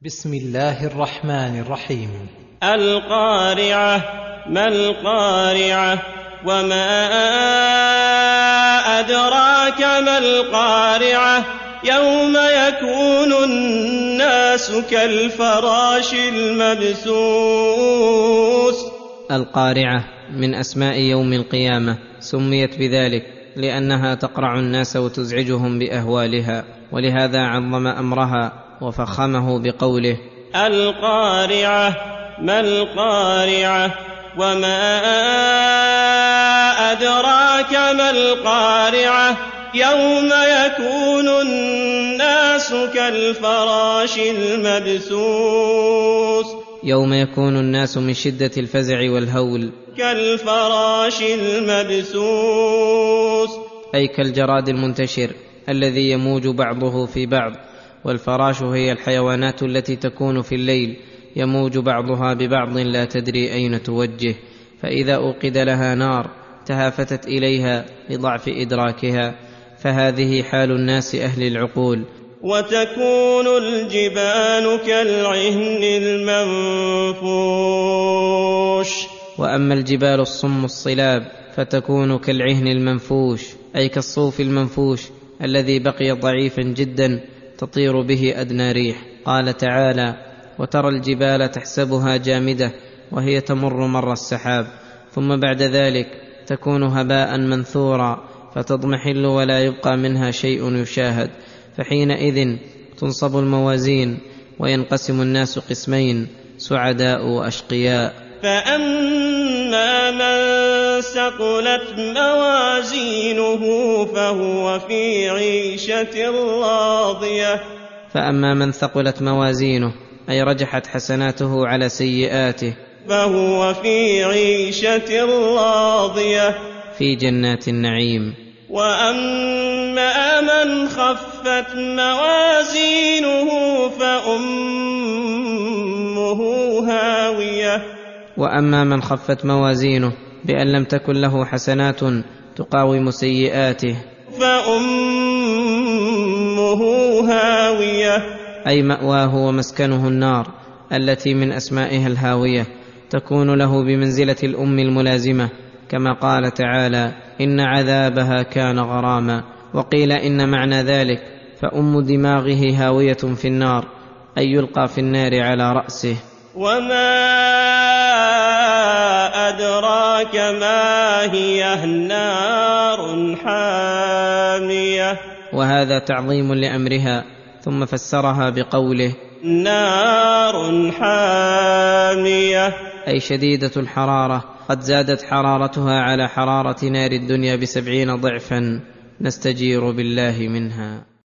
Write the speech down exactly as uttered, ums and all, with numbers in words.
بسم الله الرحمن الرحيم. القارعة. ما القارعة؟ وما أدراك ما القارعة؟ يوم يكون الناس كالفراش المبثوث. القارعة من أسماء يوم القيامة، سميت بذلك لأنها تقرع الناس وتزعجهم بأهوالها، ولهذا عظم أمرها وفخمه بقوله القارعة. ما القارعة؟ وما أدراك ما القارعة؟ يوم يكون الناس كالفراش المبثوث. يوم يكون الناس من شدة الفزع والهول كالفراش المبثوث، أي كالجراد المنتشر الذي يموج بعضه في بعض. والفراش هي الحيوانات التي تكون في الليل يموج بعضها ببعض لا تدري أين توجه، فإذا أوقد لها نار تهافتت إليها لضعف إدراكها، فهذه حال الناس أهل العقول. وتكون الجبال كالعهن المنفوش. وأما الجبال الصم الصلاب فتكون كالعهن المنفوش، أي كالصوف المنفوش الذي بقي ضعيفا جدا تطير به أدنى ريح. قال تعالى وترى الجبال تحسبها جامدة وهي تمر مر السحاب، ثم بعد ذلك تكون هباء منثورا فتضمحل ولا يبقى منها شيء يشاهد، فحينئذ تنصب الموازين وينقسم الناس قسمين، سعداء وأشقياء. فأما من ثقلت موازينه فهو في عيشة راضية. فأما من ثقلت موازينه أي رجحت حسناته على سيئاته فهو في عيشة راضية، في جنات النعيم. وأما من خفت موازينه فأمه هاوية. وأما من خفت موازينه بأن لم تكن له حسنات تقاوم سيئاته فأمه هاوية، أي مأواه ومسكنه النار التي من أسمائها الهاوية، تكون له بمنزلة الأم الملازمة، كما قال تعالى إن عذابها كان غراما. وقيل إن معنى ذلك فأم دماغه هاوية في النار، أي يلقى في النار على رأسه. وما أدراك ما هي؟ نار حامية. وهذا تعظيم لأمرها، ثم فسرها بقوله نار حامية، أي شديدة الحرارة، قد زادت حرارتها على حرارة نار الدنيا بسبعين ضعفا، نستجير بالله منها.